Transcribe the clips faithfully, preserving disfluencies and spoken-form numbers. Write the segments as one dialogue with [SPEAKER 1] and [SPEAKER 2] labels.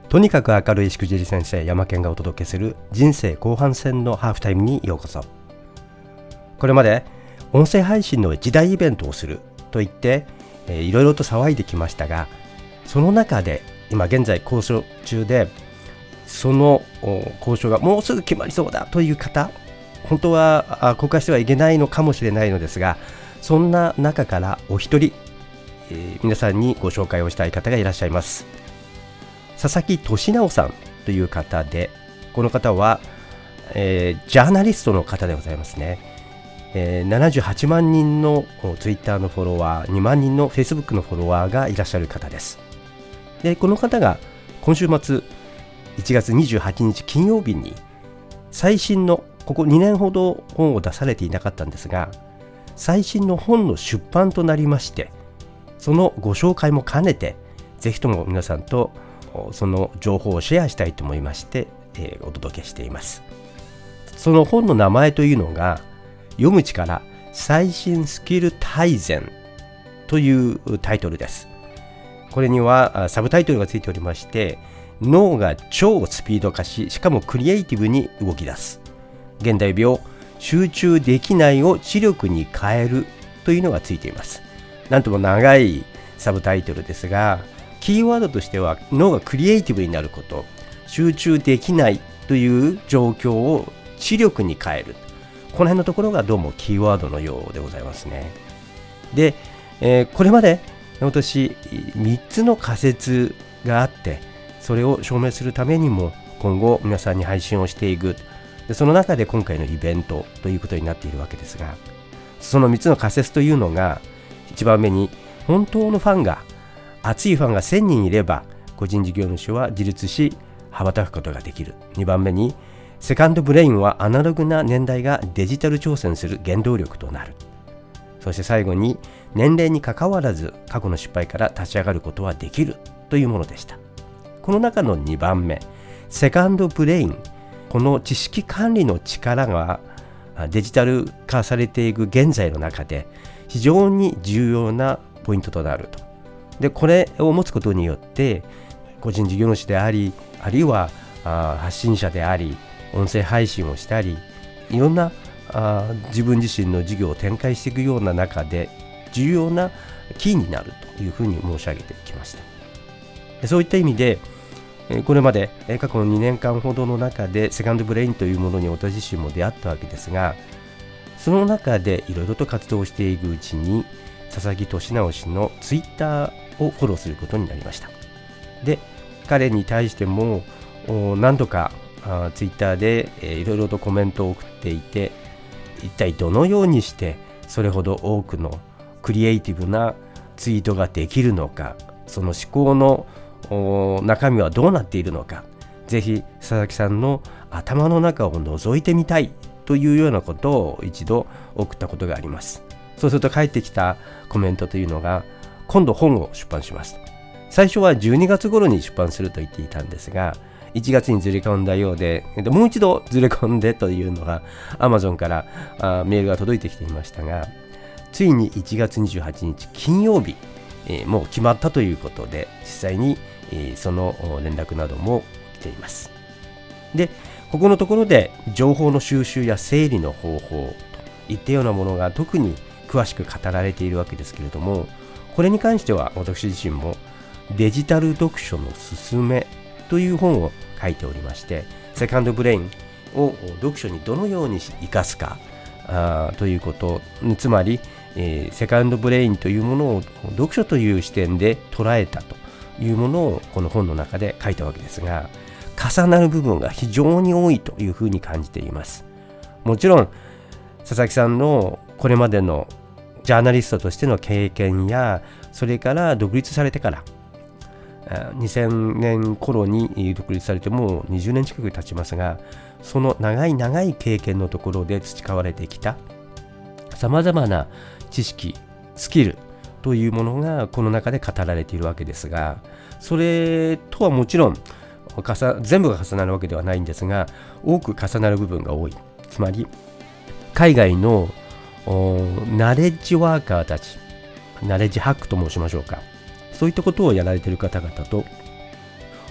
[SPEAKER 1] とにかく明るいしくじり先生山健がお届けする人生後半戦のハーフタイムにようこそ。これまで音声配信の一大イベントをすると言って、えー、いろいろと騒いできましたが、その中で今現在交渉中で、その交渉がもうすぐ決まりそうだという方、本当は公開してはいけないのかもしれないのですが、そんな中からお一人、えー、皆さんにご紹介をしたい方がいらっしゃいます。佐々木俊直さんという方で、この方は、えー、ジャーナリストの方でございますね。えー、ななじゅうはちまんにんのツイッターのフォロワー、にまんにんのフェイスブックのフォロワーがいらっしゃる方です。で、この方が今週末いちがつにじゅうはちにち金曜日に最新のここにねんほど本を出されていなかったんですが、最新の本の出版となりまして、そのご紹介も兼ねてぜひとも皆さんとその情報をシェアしたいと思いまして、えー、お届けしています。その本の名前というのが、読む力最新スキル大全というタイトルです。これにはサブタイトルがついておりまして、脳が超スピード化し、しかもクリエイティブに動き出す現代病集中できないを知力に変えるというのがついています。なんとも長いサブタイトルですが、キーワードとしては脳がクリエイティブになること、集中できないという状況を知力に変える、この辺のところがどうもキーワードのようでございますね。で、えー、これまで私みっつの仮説があって、それを証明するためにも今後皆さんに配信をしていく。で、その中で今回のイベントということになっているわけですが、そのみっつの仮説というのが、いちばんめに本当のファンが、熱いファンがせんにんいれば個人事業主は自立し羽ばたくことができる。にばんめにセカンドブレインはアナログな年代がデジタル挑戦する原動力となる。そして最後に、年齢にかかわらず過去の失敗から立ち上がることはできるというものでした。この中のにばんめ、セカンドブレイン、この知識管理の力がデジタル化されていく現在の中で非常に重要なポイントとなると。で、これを持つことによって個人事業主であり、あるいはあ発信者であり、音声配信をしたり、いろんなあ自分自身の事業を展開していくような中で重要なキーになるというふうに申し上げてきました。で、そういった意味でこれまで過去のにねんかんほどの中でセカンドブレインというものに私自身も出会ったわけですが、その中でいろいろと活動していくうちに、佐々木俊直氏のツイッターをフォローすることになりました。で、彼に対しても何度かツイッターでいろいろとコメントを送っていて、一体どのようにしてそれほど多くのクリエイティブなツイートができるのか、その思考の中身はどうなっているのか、ぜひ佐々木さんの頭の中を覗いてみたいというようなことを一度送ったことがあります。そうすると返ってきたコメントというのが、今度本を出版します。最初はじゅうにがつ頃に出版すると言っていたんですが、いちがつにずれ込んだようで、もう一度ずれ込んでというのが Amazon からあメールが届いてきていましたが、ついにいちがつにじゅうはちにち金曜日、えー、もう決まったということで、実際に、えー、その連絡なども来ています。で、ここのところで情報の収集や整理の方法といったようなものが特に詳しく語られているわけですけれども、これに関しては私自身もデジタル読書のすすめという本を書いておりまして、セカンドブレインを読書にどのように生かすかあということ、つまり、えー、セカンドブレインというものを読書という視点で捉えたというものをこの本の中で書いたわけですが、重なる部分が非常に多いというふうに感じています。もちろん佐々木さんのこれまでのジャーナリストとしての経験や、それから独立されてからにせんねん頃に独立されてもうにじゅうねん近く経ちますが、その長い長い経験のところで培われてきたさまざまな知識、スキルというものがこの中で語られているわけですが、それとはもちろん全部が重なるわけではないんですが、多く重なる部分が多い。つまり海外のナレッジワーカーたち、ナレッジハックと申しましょうか、そういったことをやられている方々と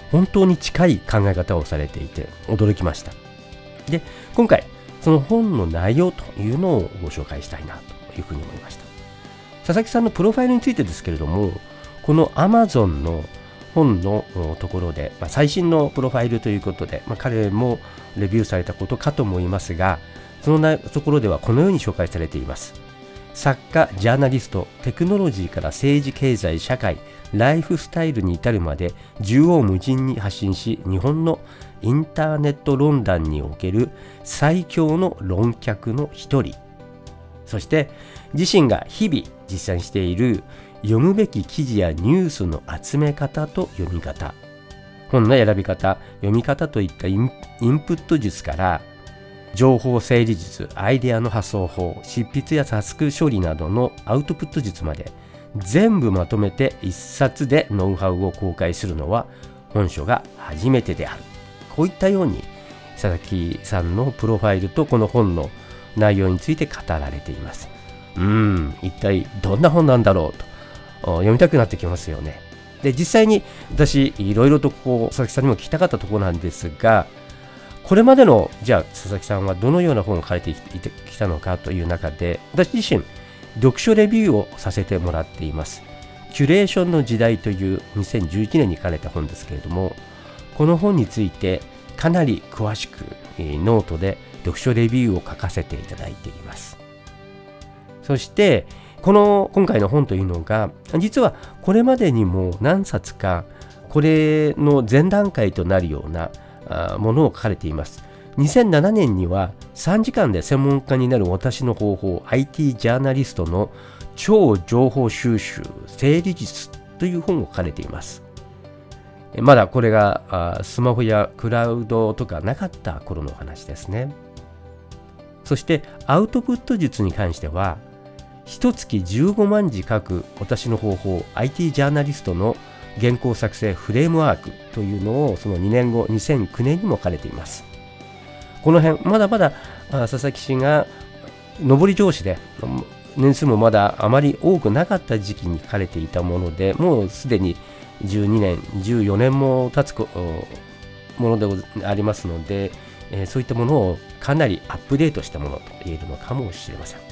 [SPEAKER 1] 本当に近い考え方をされていて驚きました。で、今回その本の内容というのをご紹介したいなというふうに思いました。佐々木さんのプロファイルについてですけれども、この Amazon の本のところで、まあ、最新のプロファイルということで、まあ、彼もレビューされたことかと思いますが、そのところではこのように紹介されています。作家、ジャーナリスト、テクノロジーから政治、経済、社会、ライフスタイルに至るまで縦横無尽に発信し、日本のインターネット論壇における最強の論客の一人。そして自身が日々実践している読むべき記事やニュースの集め方と読み方、本の選び方、読み方といったイン、インプット術から情報整理術、アイデアの発想法、執筆やタスク処理などのアウトプット術まで全部まとめて一冊でノウハウを公開するのは本書が初めてである。こういったように佐々木さんのプロファイルとこの本の内容について語られています。うーん、一体どんな本なんだろうと読みたくなってきますよね。で、実際に私いろいろとこう佐々木さんにも聞きたかったところなんですが、これまでのじゃあ佐々木さんはどのような本を書いてきたのかという中で、私自身読書レビューをさせてもらっています。キュレーションの時代というにせんじゅういちねんに書かれた本ですけれども、この本についてかなり詳しく、えー、ノートで読書レビューを書かせていただいています。そしてこの今回の本というのが、実はこれまでにも何冊かこれの前段階となるようなものを書かれています。にせんななねんにはさんじかんで専門家になる私の方法 アイティー ジャーナリストの超情報収集整理術という本を書かれています。まだこれがスマホやクラウドとかなかった頃の話ですね。そしてアウトプット術に関しては、一月じゅうごまんじ書く私の方法 アイティー ジャーナリストの原稿作成フレームワークというのをそのにねんごにせんきゅうねんにも書かれています。この辺まだまだ佐々木氏が上り調子で年数もまだあまり多くなかった時期に書かれていたもので、もうすでにじゅうにねんじゅうよねんも経つものでありますので、えー、そういったものをかなりアップデートしたものと言えるのかもしれません。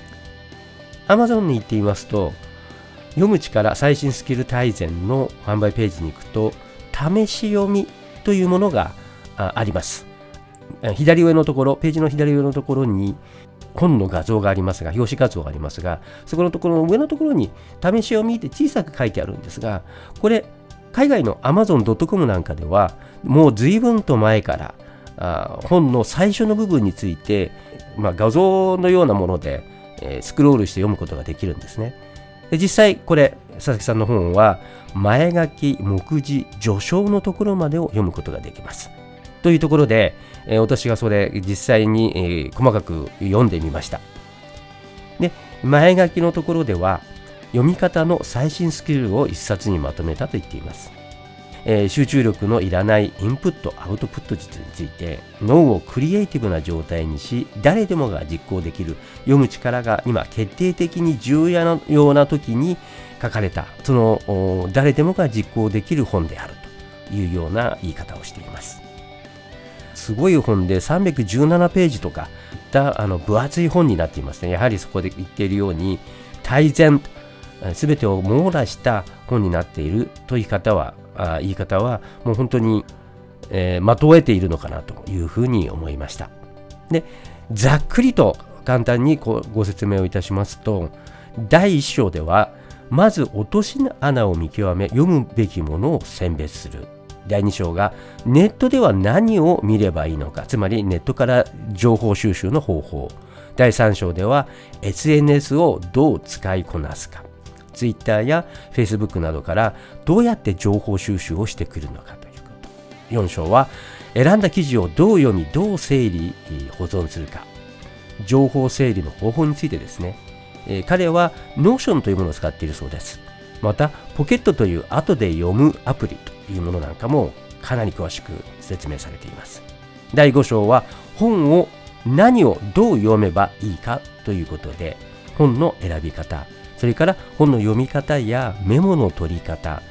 [SPEAKER 1] Amazon に行ってみますと、読む力最新スキル大全の販売ページに行くと試し読みというものが あ, あります。左上のところ、ページの左上のところに本の画像がありますが、表紙画像がありますが、そこのところの上のところに試し読みって小さく書いてあるんですが、これ海外の アマゾンドットコム なんかではもう随分と前からあ本の最初の部分について、まあ、画像のようなもので、えー、スクロールして読むことができるんですね。で、実際これ佐々木さんの本は前書き、目次、序章のところまでを読むことができます。というところで、えー、私がそれ実際に、えー、細かく読んでみました。で、前書きのところでは読み方の最新スキルを一冊にまとめたと言っています。えー、集中力のいらないインプット、アウトプット術について、脳をクリエイティブな状態にし、誰でもが実行できる読む力が今決定的に重要な時に書かれた、その誰でもが実行できる本であるというような言い方をしています。すごい本でさんびゃくじゅうななページとかいったあの分厚い本になっていますね。やはりそこで言っているように大全、すべてを網羅した本になっているという言い方はあ言い方はもう本当に、えー、的を得ているのかなというふうに思いました。で、ざっくりと簡単にこうご説明をいたしますと、だいいっ章ではまず落とし穴を見極め、読むべきものを選別する。だいに章がネットでは何を見ればいいのか、つまりネットから情報収集の方法。だいさん章では エスエヌエス をどう使いこなすか。ツイッターやフェイスブックなどからどうやって情報収集をしてくるのかということ。よん章は選んだ記事をどう読み、どう整理、保存するか。情報整理の方法についてですね。えー、彼は Notion というものを使っているそうです。また、ポケットという後で読むアプリというものなんかもかなり詳しく説明されています。だいご章は本を何をどう読めばいいかということで、本の選び方、それから本の読み方やメモの取り方、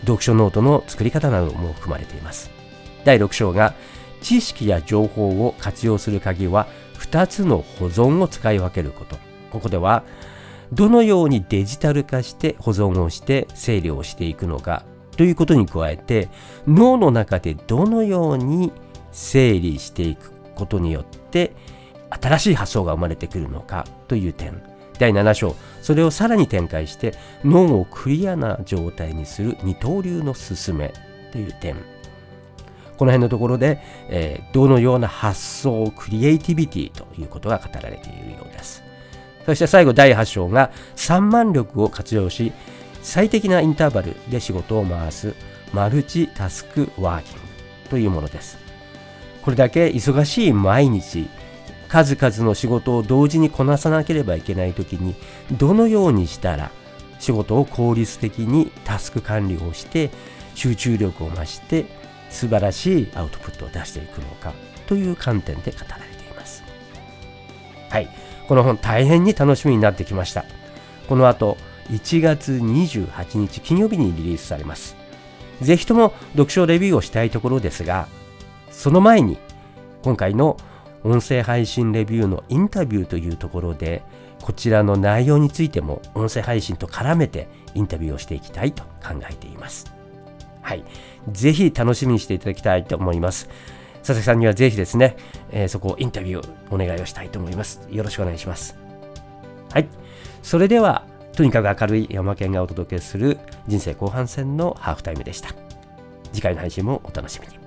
[SPEAKER 1] 読書ノートの作り方なども含まれています。だいろく章が知識や情報を活用する鍵はふたつの保存を使い分けること。ここではどのようにデジタル化して保存をして整理をしていくのかということに加えて、脳の中でどのように整理していくことによって新しい発想が生まれてくるのかという点。だいなな章、それをさらに展開して脳をクリアな状態にする二刀流の勧めという点。この辺のところで、えー、どのような発想、クリエイティビティということが語られているようです。そして最後だいはち章が散漫力を活用し、最適なインターバルで仕事を回すマルチタスクワーキングというものです。これだけ忙しい毎日、数々の仕事を同時にこなさなければいけないときに、どのようにしたら仕事を効率的にタスク管理をして集中力を増して素晴らしいアウトプットを出していくのかという観点で語られています。はい、この本大変に楽しみになってきました。この後いちがつにじゅうはちにち金曜日にリリースされます。ぜひとも読書レビューをしたいところですが、その前に今回の音声配信レビューのインタビューというところで、こちらの内容についても音声配信と絡めてインタビューをしていきたいと考えています。はい、ぜひ楽しみにしていただきたいと思います。佐々木さんにはぜひですね、えー、そこをインタビューお願いをしたいと思います。よろしくお願いします。はい、それではとにかく明るい山県がお届けする人生後半戦のハーフタイムでした。次回の配信もお楽しみに。